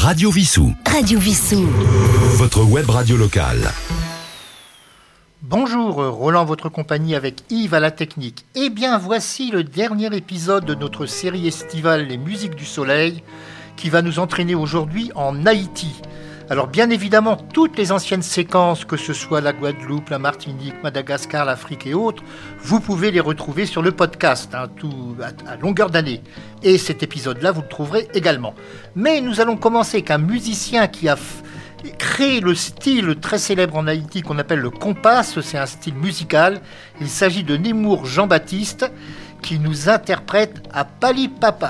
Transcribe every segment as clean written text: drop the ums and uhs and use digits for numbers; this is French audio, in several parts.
Radio Vissou. Radio Vissou. Votre web radio locale. Bonjour, Roland, votre compagnie avec Yves à la technique. Eh bien, voici le dernier épisode de notre série estivale Les Musiques du Soleil qui va nous entraîner aujourd'hui en Haïti. Alors, bien évidemment, toutes les anciennes séquences, que ce soit la Guadeloupe, la Martinique, Madagascar, l'Afrique et autres, vous pouvez les retrouver sur le podcast, tout à longueur d'année. Et cet épisode-là, vous le trouverez également. Mais nous allons commencer avec un musicien qui a créé le style très célèbre en Haïti qu'on appelle le compas. C'est un style musical. Il s'agit de Nemours Jean-Baptiste qui nous interprète à Pali Papa.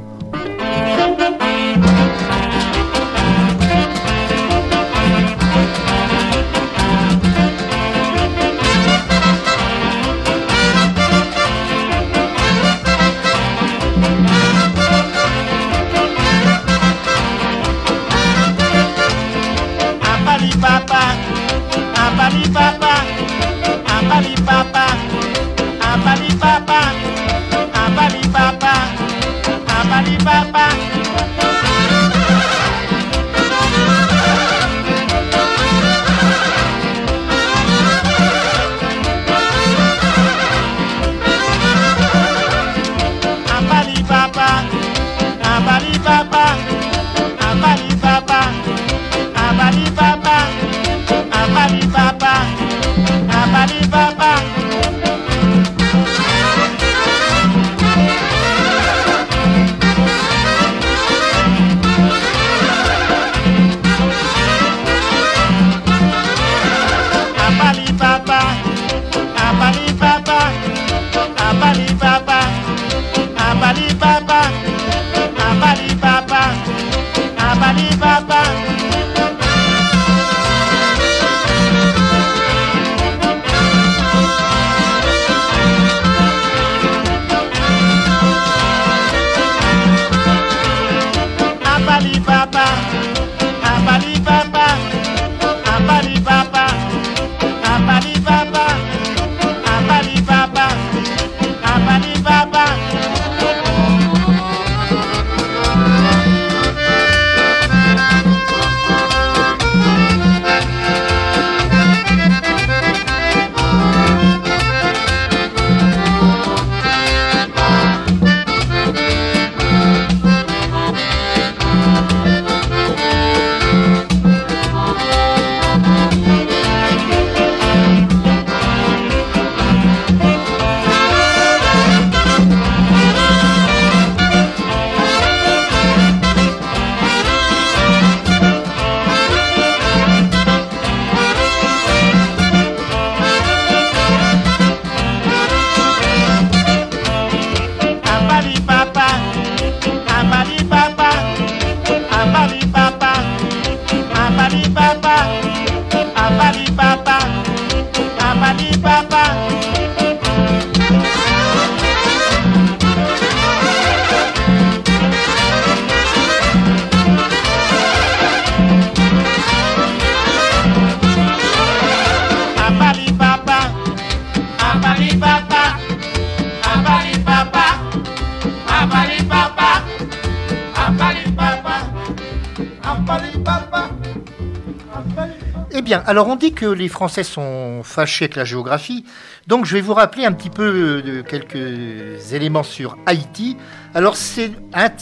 Alors on dit que les Français sont fâchés avec la géographie, donc je vais vous rappeler un petit peu de quelques éléments sur Haïti. Alors c'est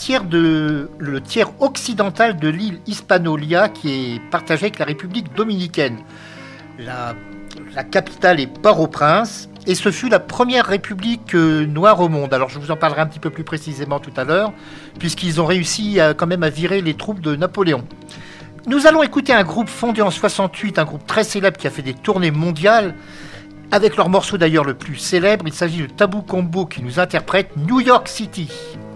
le tiers occidental de l'île Hispaniola qui est partagé avec la République dominicaine. La capitale est Port-au-Prince et ce fut la première république noire au monde. Alors je vous en parlerai un petit peu plus précisément tout à l'heure, puisqu'ils ont réussi quand même à virer les troupes de Napoléon. Nous allons écouter un groupe fondé en 68, un groupe très célèbre qui a fait des tournées mondiales, avec leur morceau d'ailleurs le plus célèbre. Il s'agit de Tabou Combo qui nous interprète New York City.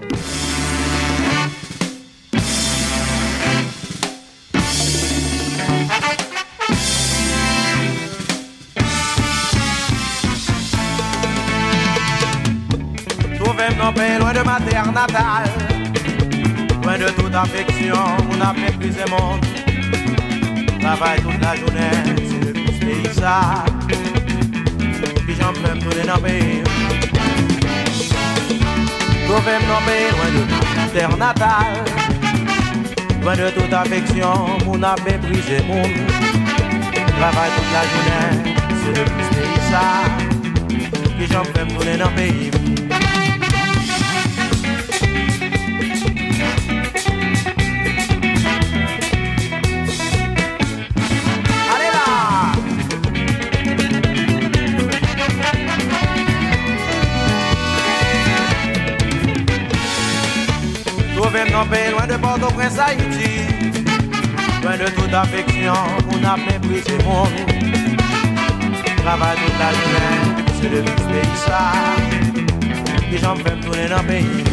Trouvez-moi loin de ma terre natale, loin de toute affection, on a fait plus de monde. Travaille toute la journée, c'est le plus paysage. Puis j'en peux me tourner dans le pays. Trouvez-moi loin de ma terre natale, Loin de toute affection, mon a méprisé mon. Travaille toute la journée, c'est le plus pays ça. Que j'en fais me tourner dans le pays. Dans pays loin de Port-au-Prince, Haïti, loin de toute affection, on a méprisé mon. Travaille toute la journée, c'est le plus pays ça. Et j'en fais me tourner dans le pays.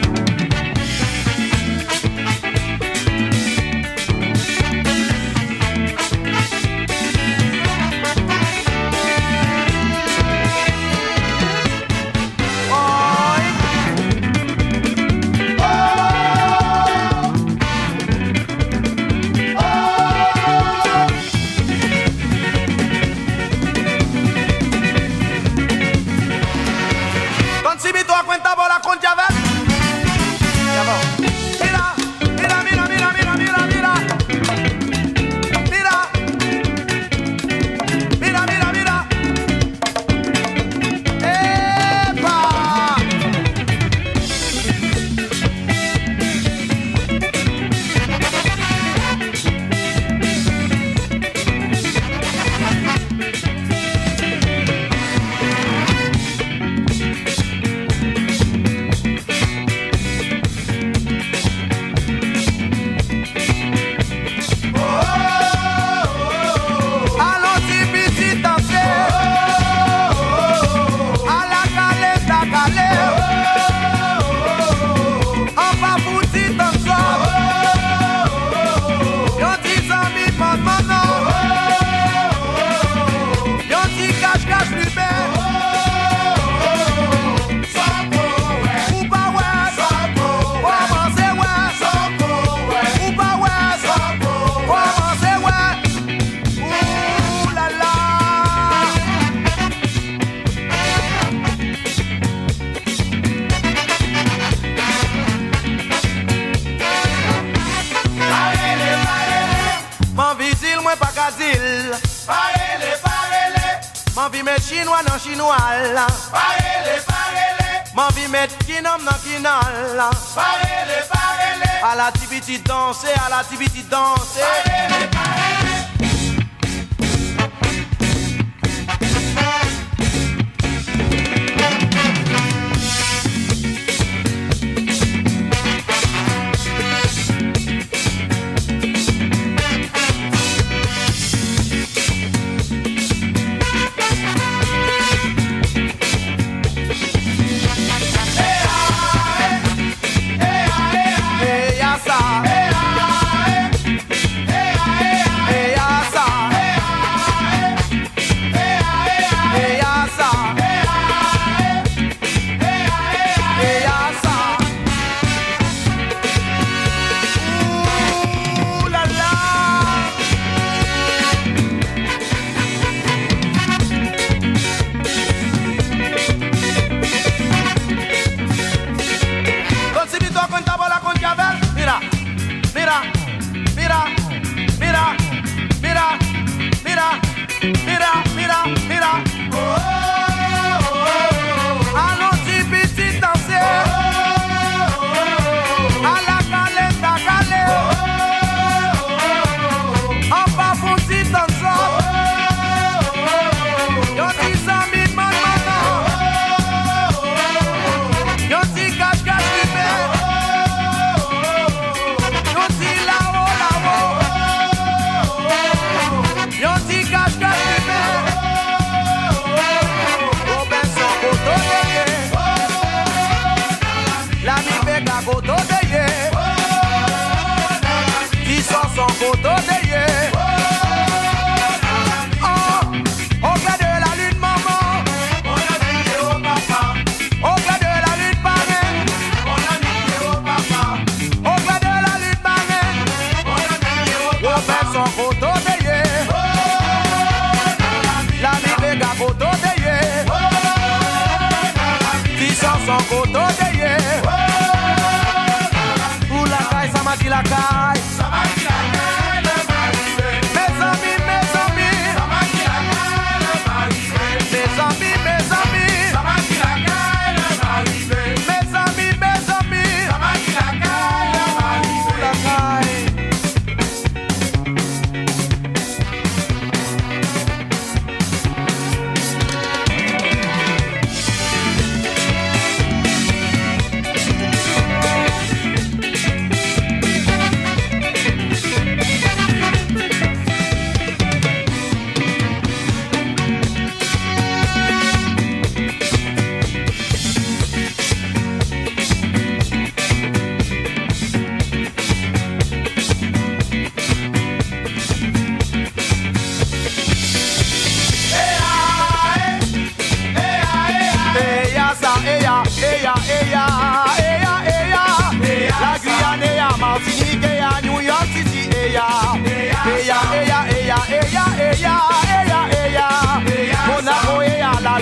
Chinois dans chinois là. Parele, parele. M'en vi mettre kinom dans kinal là. Parele, parele. À la tibiti danser, à la tibiti danser. Parele, parele.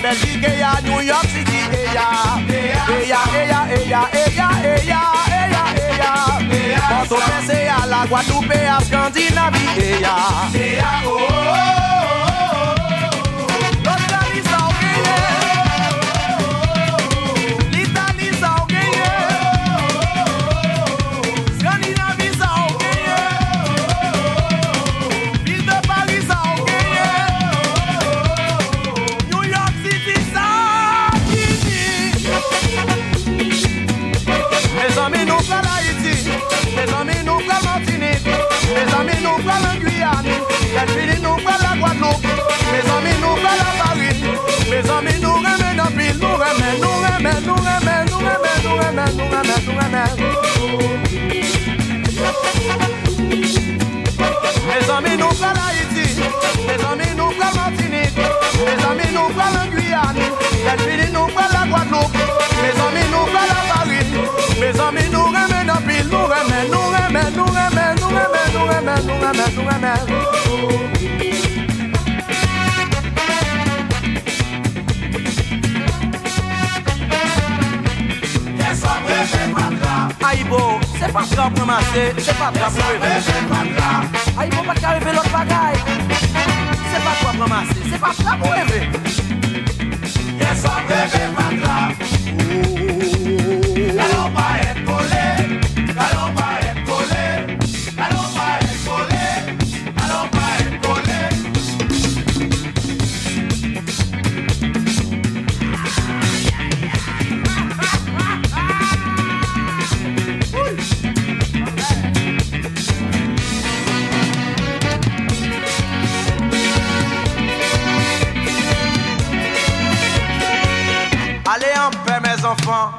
Belgique, et ya New York City, et ya Port-au-Prince, et ya la Guadeloupe, et ya Scandinavie, et ya l'Australie, ça a gagné. L'Italie, ça a gagné. Scandinavie, ça a gagné. Ville de Paris, ça a gagné. New York City, ça a gagné. Mes amis, nous prenons l'Haïti. Mes amis, nous prenons Martinique. Mes amis, nous prenons Guyane. Delphine, nous prenons la Guadeloupe. Mes amis, nous prenons la Paris. Mes amis, nous remènent en pile. Nous remènent. Mes amis, nous prenons l'Haïti. Mes amis, nous prenons Martinique. Mes amis, nous prenons Guyane. Delphine, nous prenons la Guadeloupe. Mes amis, nous prenons la Paris. Mes amis, nous remènent en pile. Nous remènent. Aïbo, c'est pas grave pour masser, c'est pas grave pour rêver. Aïbo, pas qu'à rêver l'autre bagaille. C'est pas grave pour masser, c'est pas grave pour rêver. Yes, on rêve pas grave. Allons pas être collé, allons pas être collé, allons pas être collé, allons pas être collé. Allez en paix mes enfants.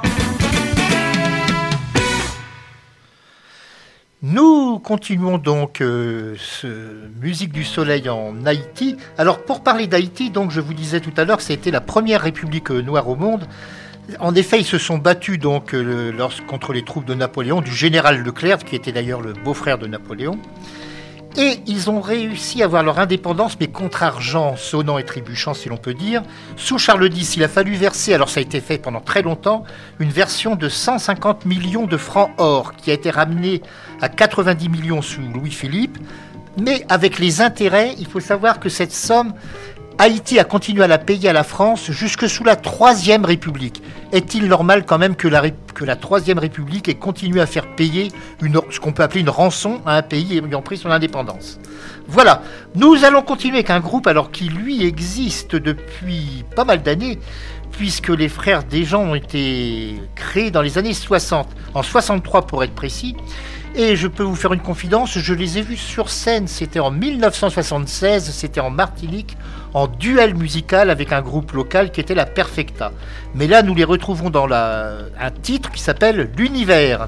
Nous continuons donc ce Musique du Soleil en Haïti. Alors pour parler d'Haïti, donc je vous disais tout à l'heure que c'était la première république noire au monde. En effet, ils se sont battus donc contre les troupes de Napoléon, du général Leclerc, qui était d'ailleurs le beau-frère de Napoléon. Et ils ont réussi à avoir leur indépendance, mais contre argent sonnant et trébuchant, si l'on peut dire. Sous Charles X, il a fallu verser, alors ça a été fait pendant très longtemps, une version de 150 millions de francs or, qui a été ramenée à 90 millions sous Louis-Philippe. Mais avec les intérêts, il faut savoir que cette somme, Haïti a continué à la payer à la France jusque sous la Troisième République. Est-il normal quand même que la Troisième République ait continué à faire payer ce qu'on peut appeler une rançon à un pays ayant pris son indépendance? Voilà, nous allons continuer avec un groupe alors qui lui existe depuis pas mal d'années, puisque les Frères Desjans ont été créés dans les années 60, en 63 pour être précis. Et je peux vous faire une confidence, je les ai vus sur scène, c'était en 1976, c'était en Martinique, en duel musical avec un groupe local qui était la Perfecta. Mais là, nous les retrouvons dans un titre qui s'appelle L'Univers.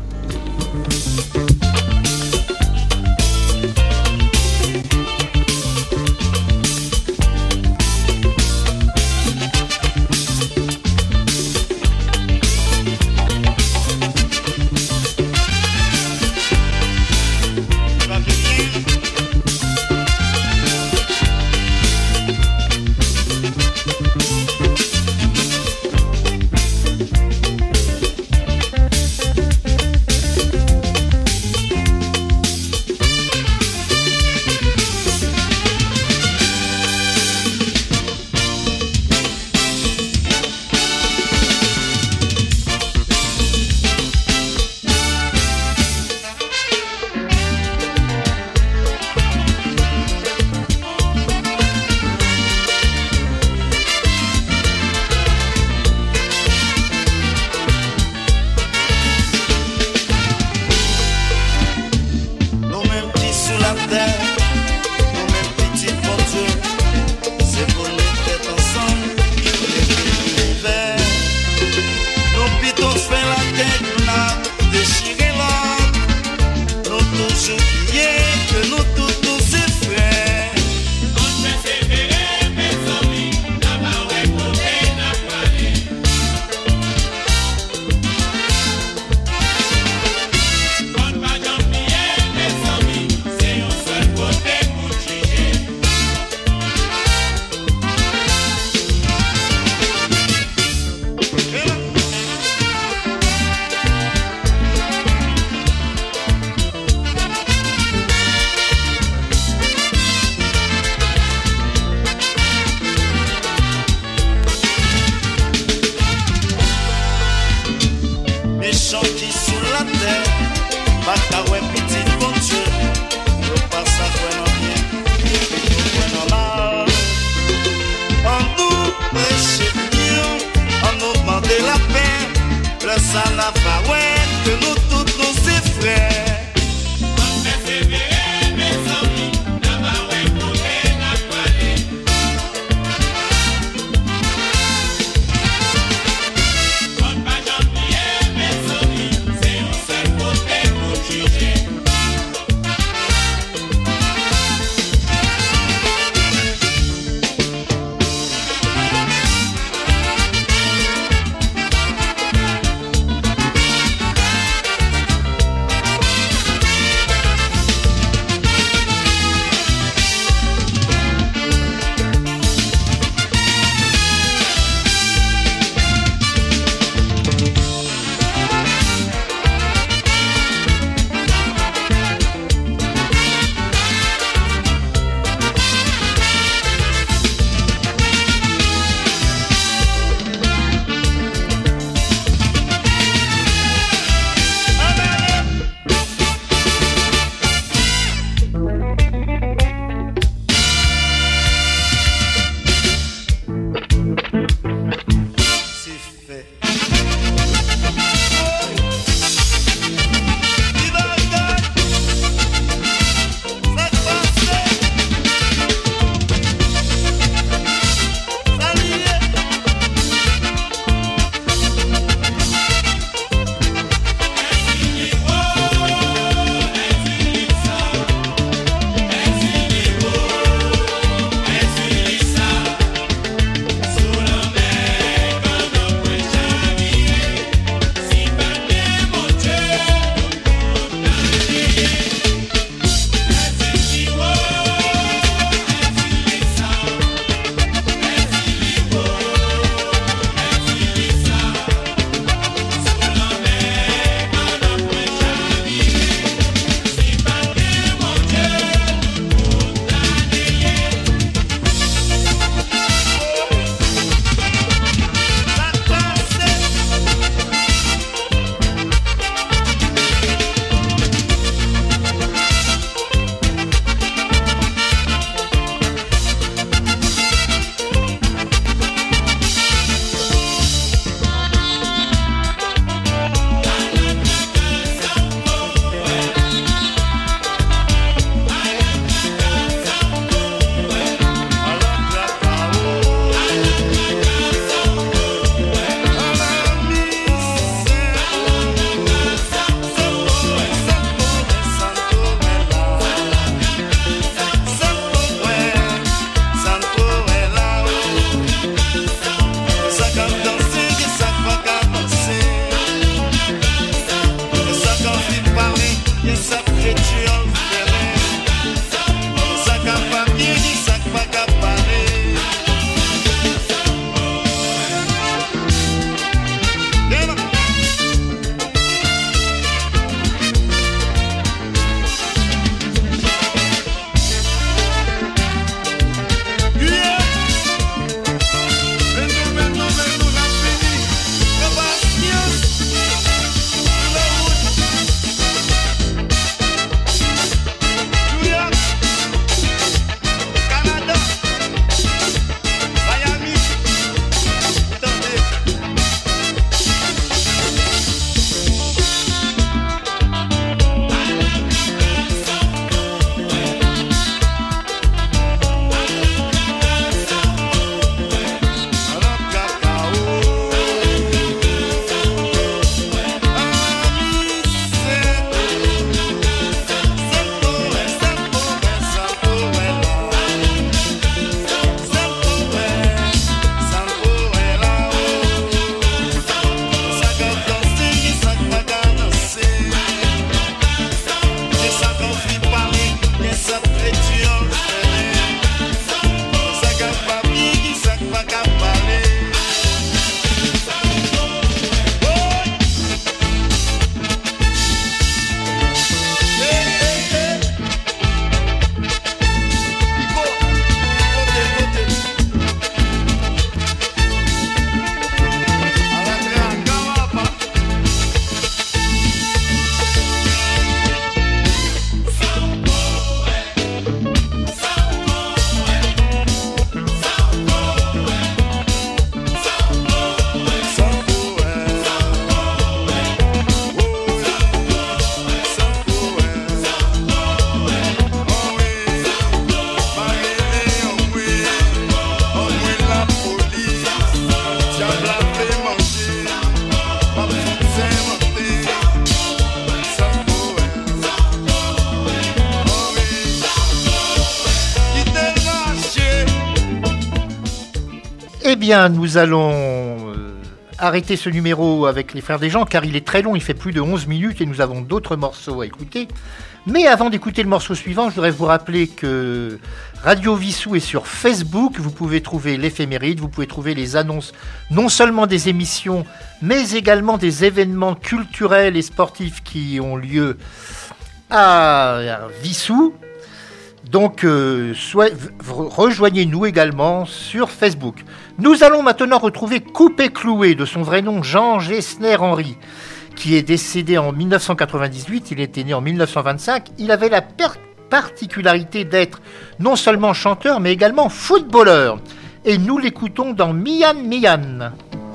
bien, nous allons arrêter ce numéro avec les Frères des Gens, car il est très long, il fait plus de 11 minutes et nous avons d'autres morceaux à écouter. Mais avant d'écouter le morceau suivant, je voudrais vous rappeler que Radio Vissou est sur Facebook. Vous pouvez trouver l'éphéméride, vous pouvez trouver les annonces non seulement des émissions, mais également des événements culturels et sportifs qui ont lieu à Vissou. Donc, rejoignez-nous également sur Facebook. Nous allons maintenant retrouver Coupé Cloué, de son vrai nom Jean Gessner Henry, qui est décédé en 1998, il était né en 1925. Il avait la particularité d'être non seulement chanteur, mais également footballeur. Et nous l'écoutons dans Mian Mian.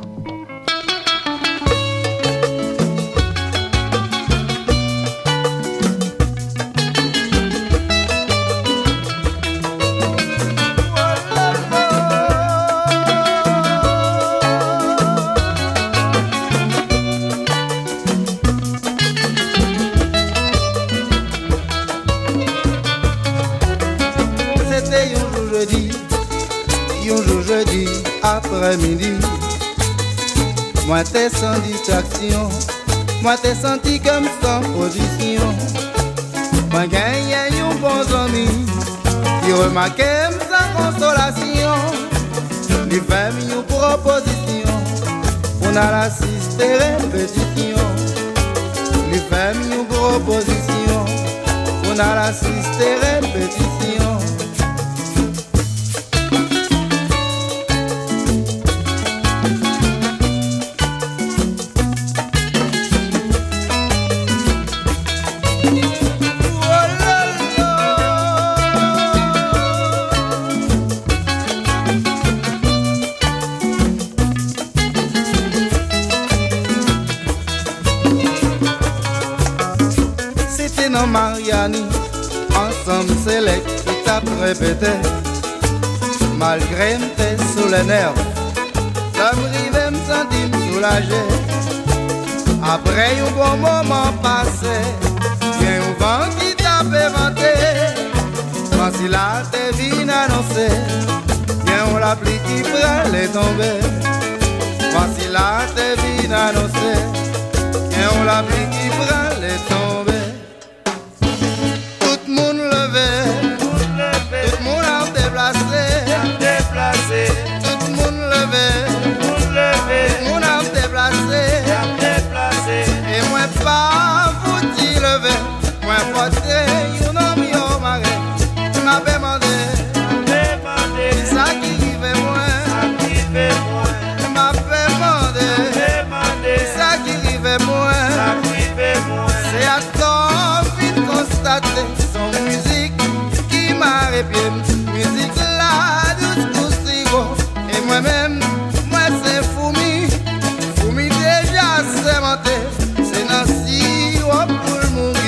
Après-midi, moi t'es sans distraction, moi t'es senti comme sans position. Moi gagne un bon ami, qui remarque sans consolation. Les familles une proposition, on a l'assisté répétition. Les familles une proposition, on a l'assisté répétition. Mariani, ensemble select qui t'a répété. Malgré m'étais sous les nerfs, ça m'arrivait me sentir soulagé. Après un bon moment passé, vient un vent qui t'a fait vanter. Quand il a tes vignes annoncées, vient on la pluie qui prend les tomber. Quand il a tes vignes annoncées, vient on la pluie qui prend les tomber. Déplacé. Tout le monde levé, tout le monde a déplacé. Et moi pas foutu levé, moi porté un homme au marais. M'a demandé, c'est ça qui vivait moi. M'a demandé, c'est ça qui vivait moi. C'est à toi vite constaté son musique qui m'a répié. Musique là, douce et moi-même, moi c'est Foumi déjà sémenté, c'est Nancy ou pour le mourir.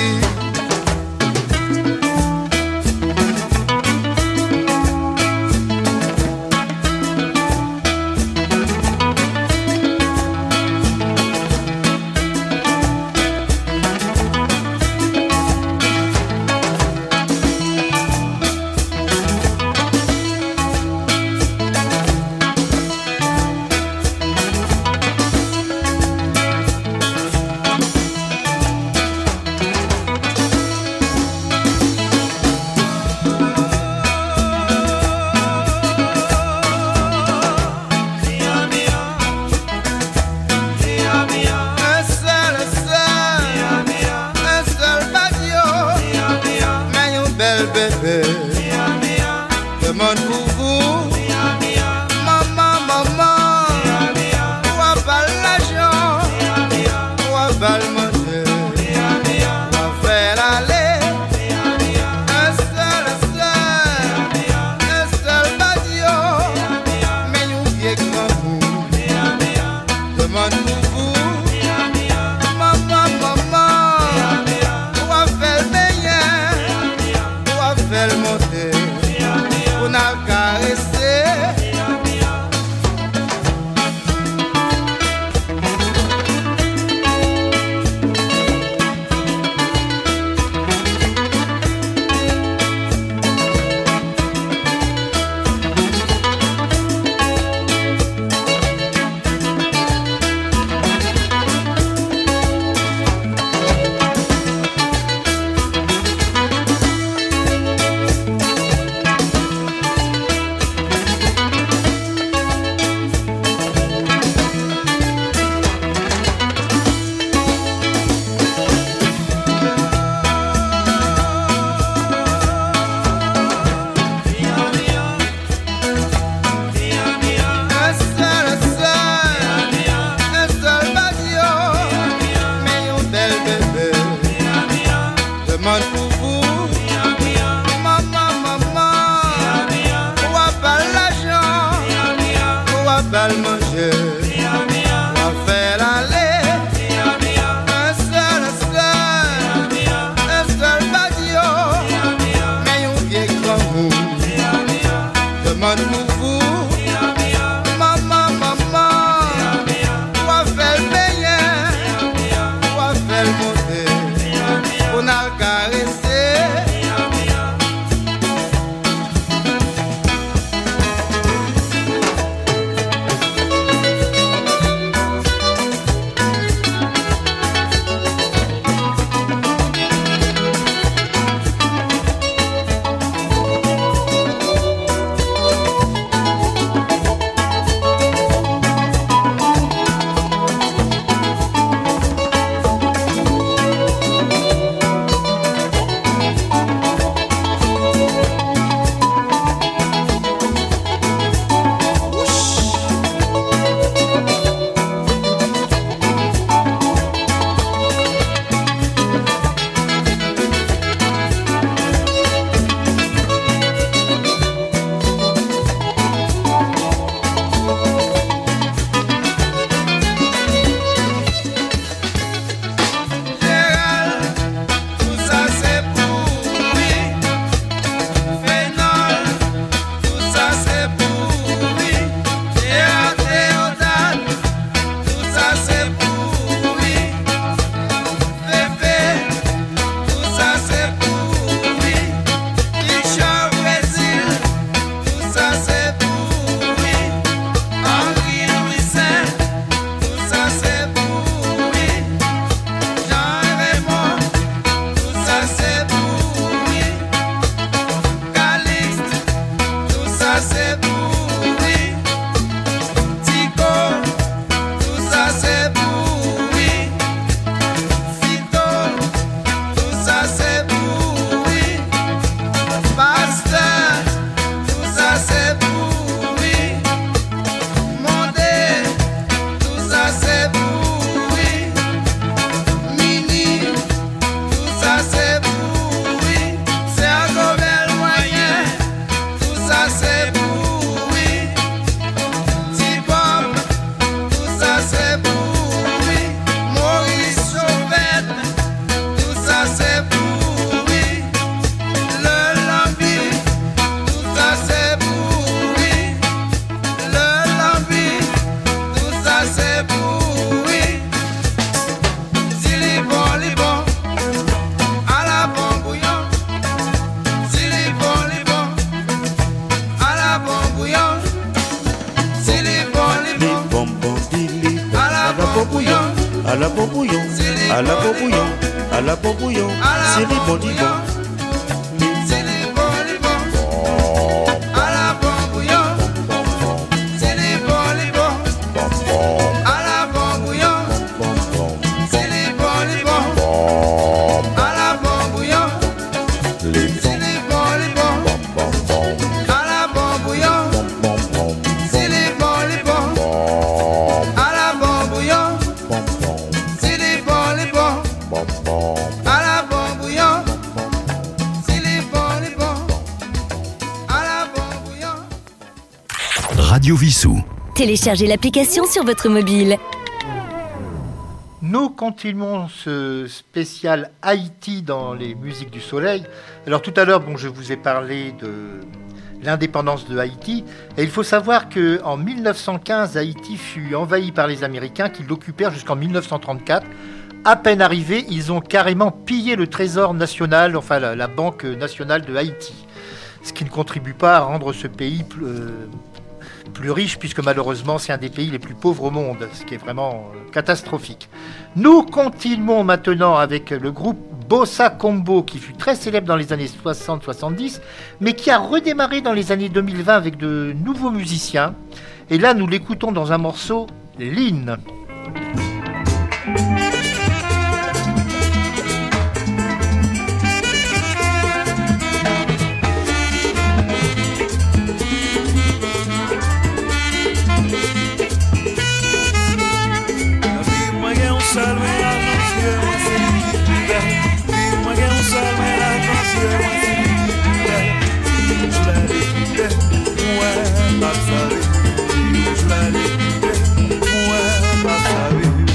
à la bon bouillon, à la bon bouillon, à la bon bouillon, c'est les bons limons. Radio Vissou. Téléchargez l'application sur votre mobile. Nous continuons ce spécial Haïti dans les musiques du soleil. Alors tout à l'heure, je vous ai parlé de l'indépendance de Haïti. Et il faut savoir qu'en 1915, Haïti fut envahi par les Américains qui l'occupèrent jusqu'en 1934. À peine arrivés, ils ont carrément pillé le trésor national, enfin la banque nationale de Haïti. Ce qui ne contribue pas à rendre ce pays plus riche, puisque malheureusement c'est un des pays les plus pauvres au monde, ce qui est vraiment catastrophique. Nous continuons maintenant avec le groupe Bossa Combo, qui fut très célèbre dans les années 60-70, mais qui a redémarré dans les années 2020 avec de nouveaux musiciens. Et là, nous l'écoutons dans un morceau, Lynn. Pas saber,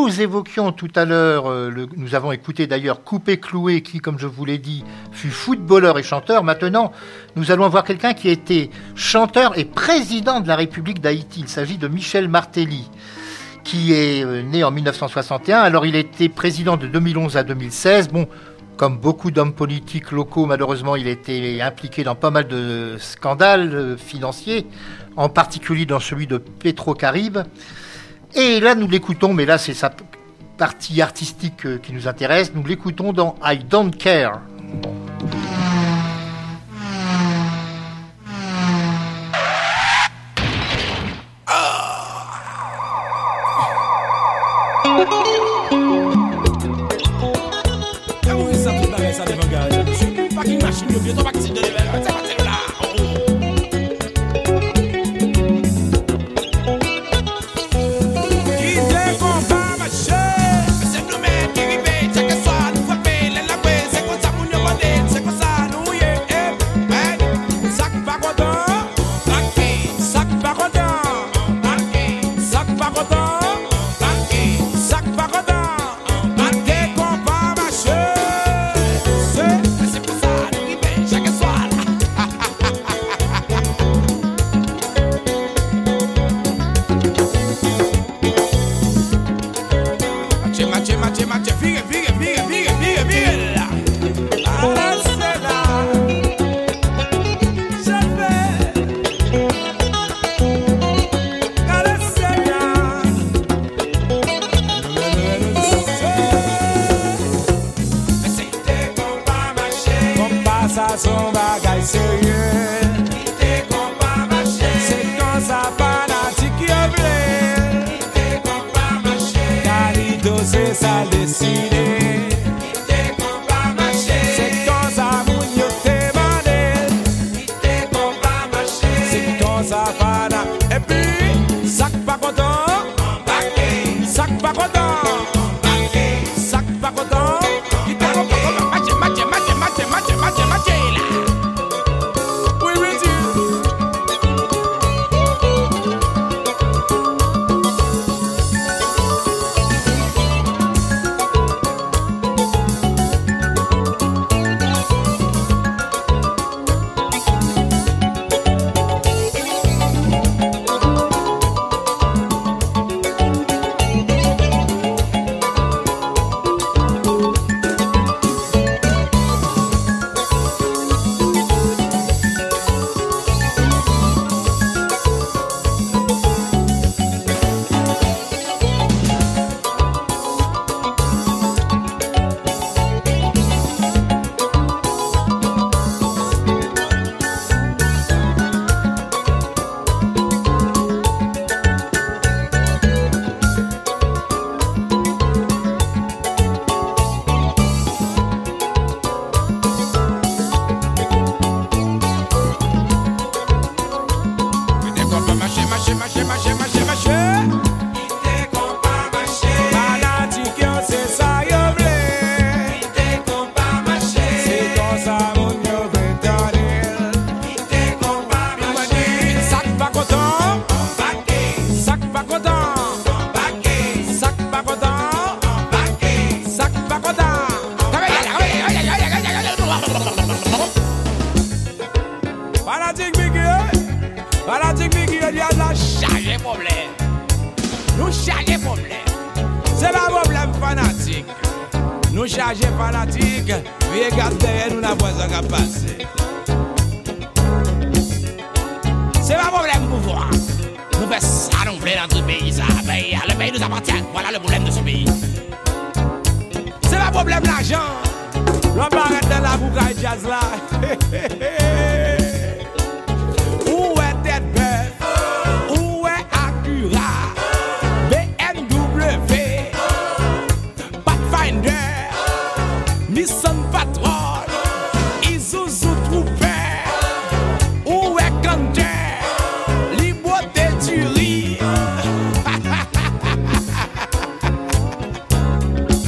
Nous évoquions tout à l'heure, nous avons écouté d'ailleurs Coupé Cloué, qui, comme je vous l'ai dit, fut footballeur et chanteur. Maintenant, nous allons voir quelqu'un qui a été chanteur et président de la République d'Haïti. Il s'agit de Michel Martelly, qui est né en 1961. Alors, il a été président de 2011 à 2016. Bon, comme beaucoup d'hommes politiques locaux, malheureusement, il a été impliqué dans pas mal de scandales financiers, en particulier dans celui de Petrocaribe. Et là, nous l'écoutons, mais là, c'est sa partie artistique qui nous intéresse. Nous l'écoutons dans I Don't Care.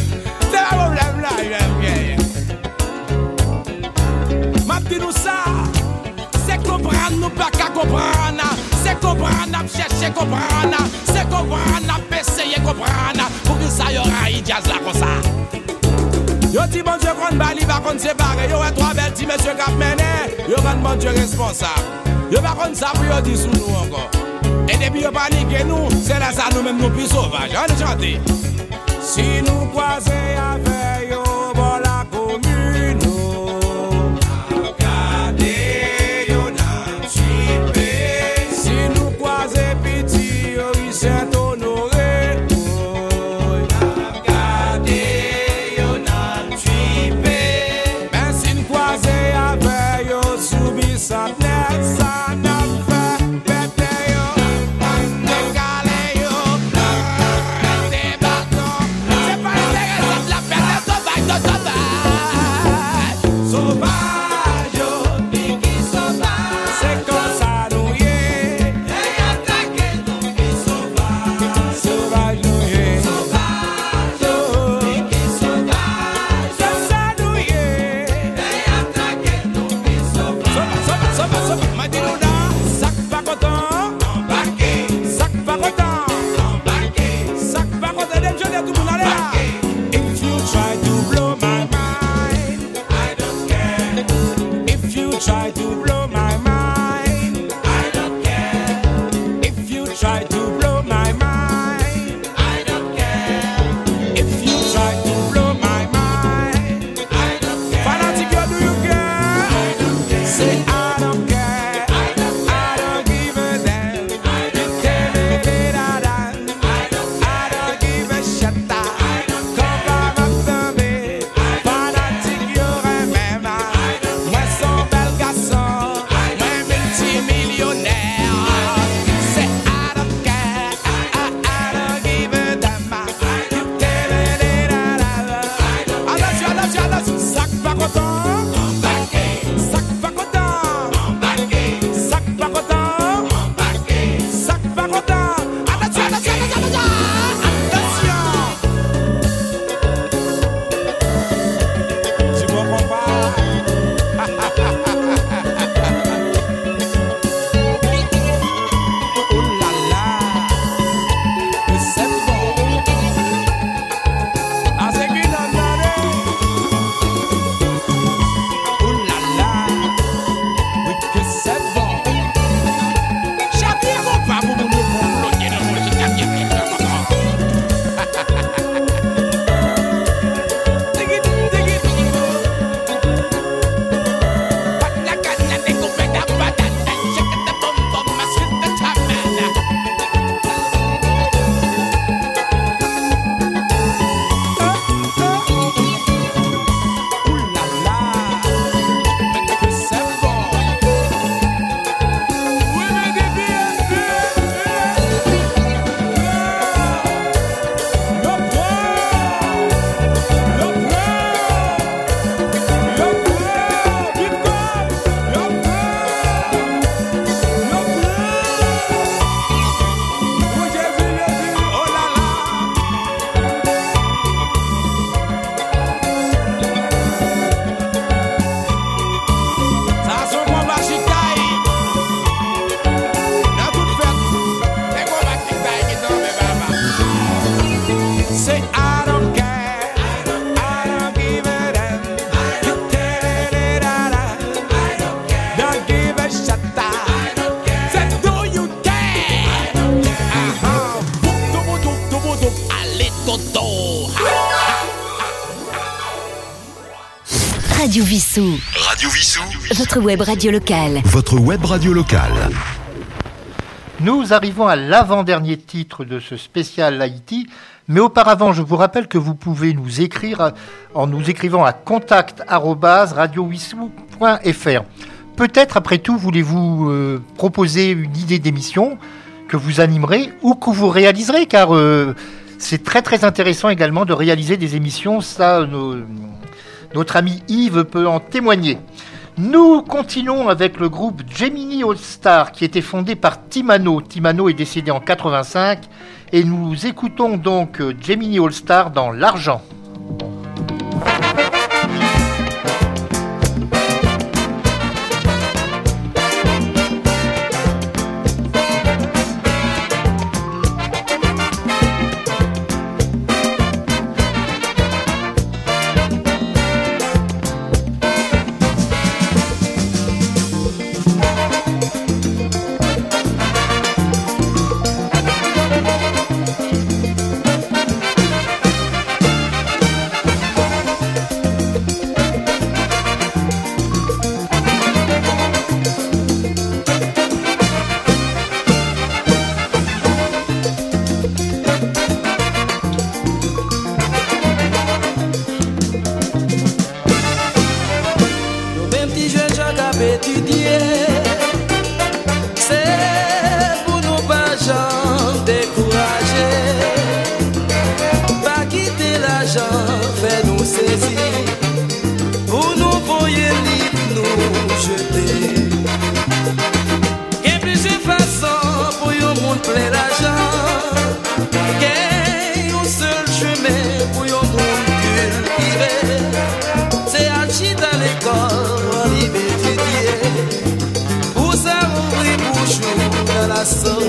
Map di nou sa C'est comprendre, chercher comprendre. C'est comprendre, essayer comprendre. Pour que ça y aura un jazz là comme ça. Yo dit bon Dieu qu'on bali va qu'on séparer. Yo est trois belles petits messieurs qui mené. Yo rend bon Dieu responsable. Yo pas qu'on ça pour yo dire sous nous encore. Et depuis yo panique nous, c'est là ça nous même nous plus sauvages. On est chanté. Si nous croisons avec yo bon la commune. Regardez yo nan chipé. Si nous croisons petit yo il s'est honoré. Regardez yo nan chipé. Mais si nous croisons avec yo soubi sa net ça n'a fait pété yo. Décalé yo. Des bâtons. C'est pas intéressant de la perte sauvage de sauvage. Sauvage yo. Biki sauvage. C'est comme ça nous y est. Et attaquer nous qui sauvage. Sauvage nous y est. Sauvage yo. Biki sauvage. C'est ça nous y est. Et attaquer nous qui sauvage. Sauvage. M'a dit nous là. Sac pas content. Embarqué. Sac pas content. Embarqué. Sac pas content. Dem jeunes tout le monde allez là. If you try to blow my mind, I don't care. If you try to blow my mind, I don't care. If you try to blow my mind, I don't care. If you try to blow my mind, I don't care. Fanatic, do you care? I don't care. Say I don't care. I don't give a damn. I don't care. I don't give a shit. Quand va m'entendre, fanatique y'aurait même. Moi son bel garçon, moi multimillionnaire. C'est I don't care. I don't give a damn. Attention. Sac pas content. Sac pas content. Sac pas content. Sac pas content. Attention. Tu comprends pas? Oh là là, c'est bon. Ah c'est qu'une année. Oh là là, oui que c'est bon. J'appuie mon pas pour nous bloquer dans mon j'appuie. Say I don't care, I don't give a damn. Don't give a shit. Say do you care? Allez toto. Radio Vissou. Radio Vissou. Votre web radio locale. Votre web radio locale. Nous arrivons à l'avant-dernier titre de ce spécial Haïti, mais auparavant, je vous rappelle que vous pouvez nous écrire en nous écrivant à contact@radiovissou.fr. Peut-être, après tout, voulez-vous proposer une idée d'émission que vous animerez ou que vous réaliserez, car c'est très très intéressant également de réaliser des émissions, ça, notre ami Yves peut en témoigner. Nous continuons avec le groupe Gemini All Star qui était fondé par Timano. Timano est décédé en 85 et nous écoutons donc Gemini All Star dans L'Argent.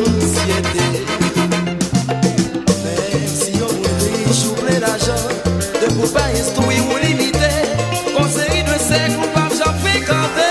société. Mais si on voulait chouper l'argent, de pour pas instruire ou limiter, en série de siècles, ou pas j'en fréquenter.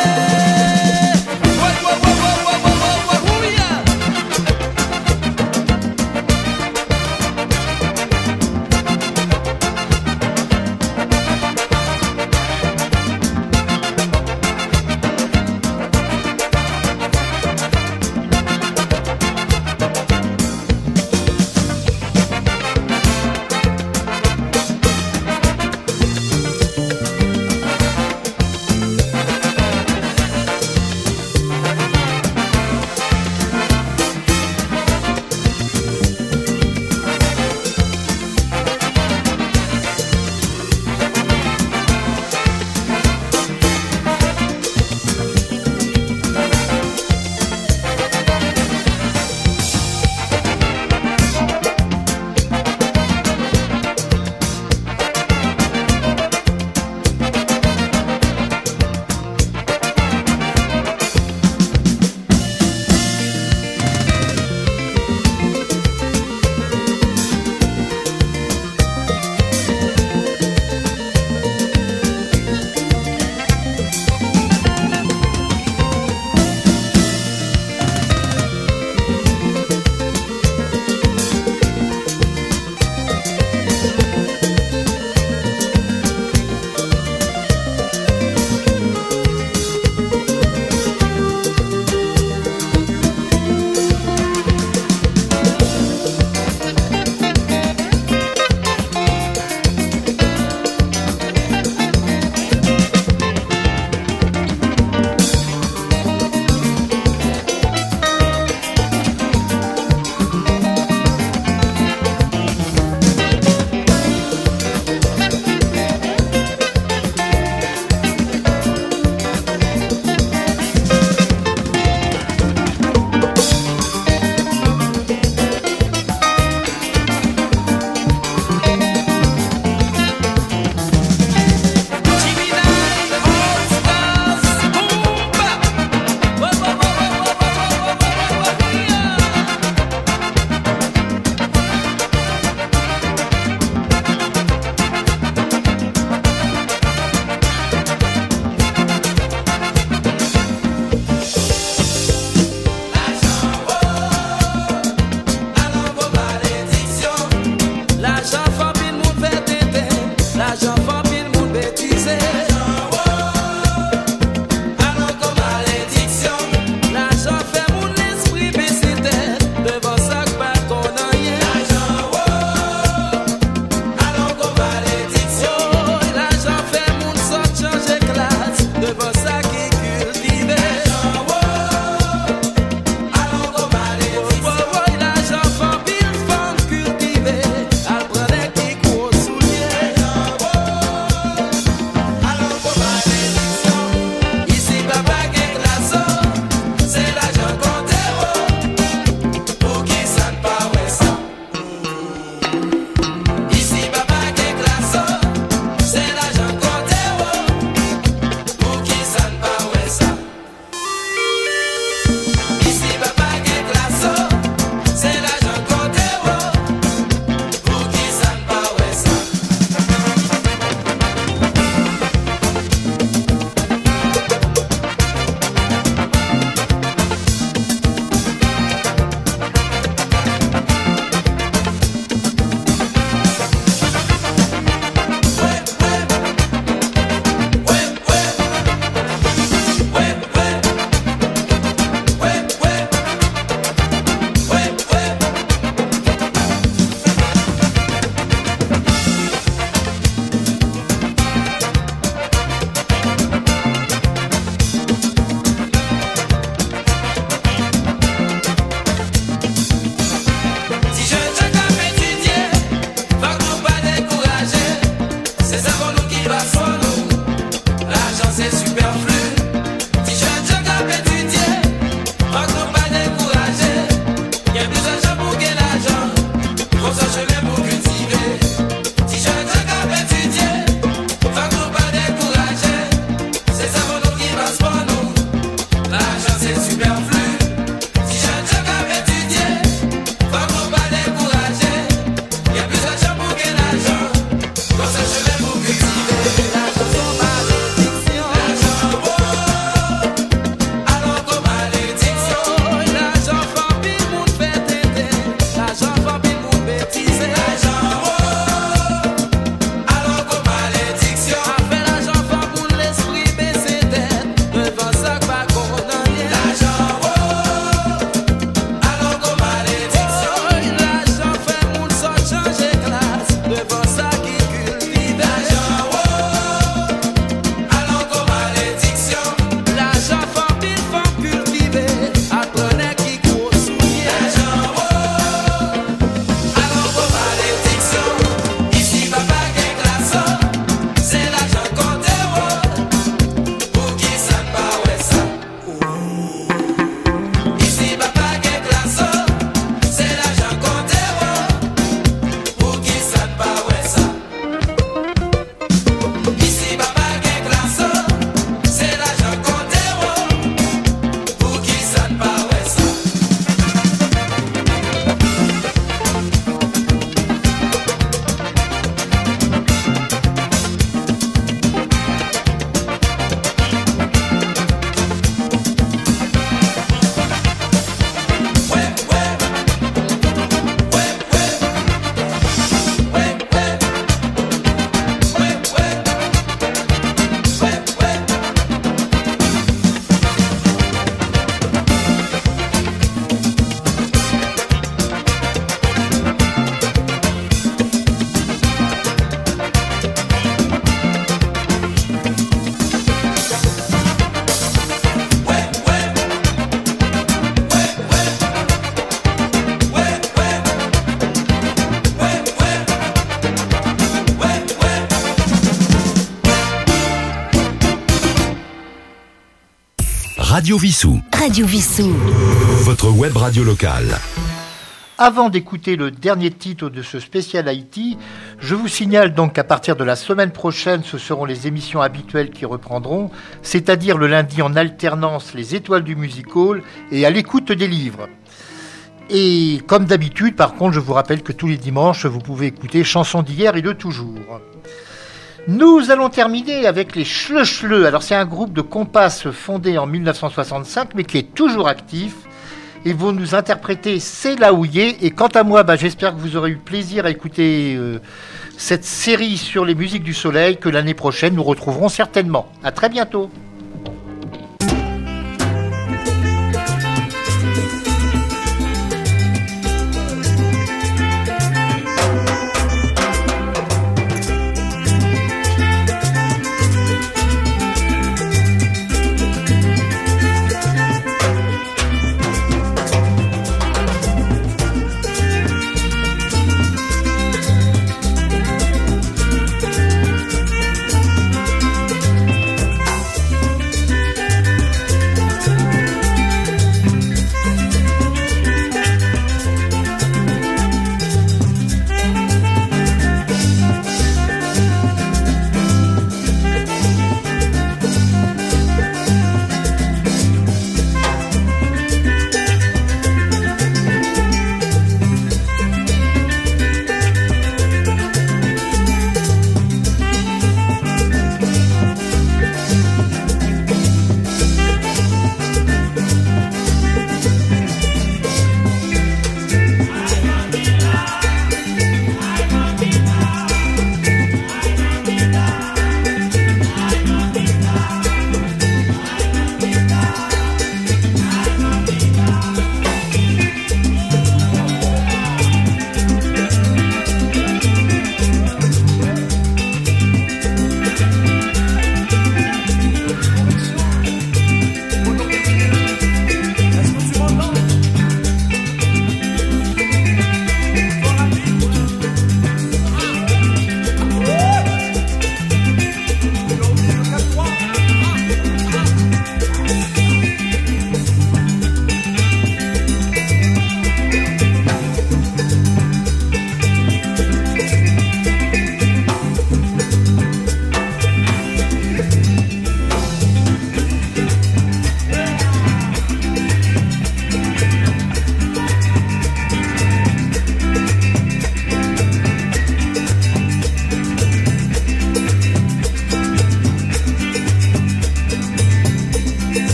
Radio Vissou. Radio Vissou. Votre web radio locale. Avant d'écouter le dernier titre de ce spécial Haïti, je vous signale donc qu'à partir de la semaine prochaine, ce seront les émissions habituelles qui reprendront, c'est-à-dire le lundi en alternance les étoiles du music hall et à l'écoute des livres. Et comme d'habitude, par contre, je vous rappelle que tous les dimanches, vous pouvez écouter Chansons d'hier et de toujours. Nous allons terminer avec les Schleu. Alors c'est un groupe de compas fondé en 1965, mais qui est toujours actif. Ils vont nous interpréter C'est là où il est. Et quant à moi, j'espère que vous aurez eu plaisir à écouter cette série sur les musiques du soleil que l'année prochaine nous retrouverons certainement. À très bientôt.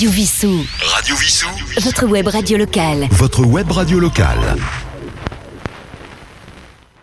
Radio Vissou. Radio Vissou. Votre web radio locale. Votre web radio locale.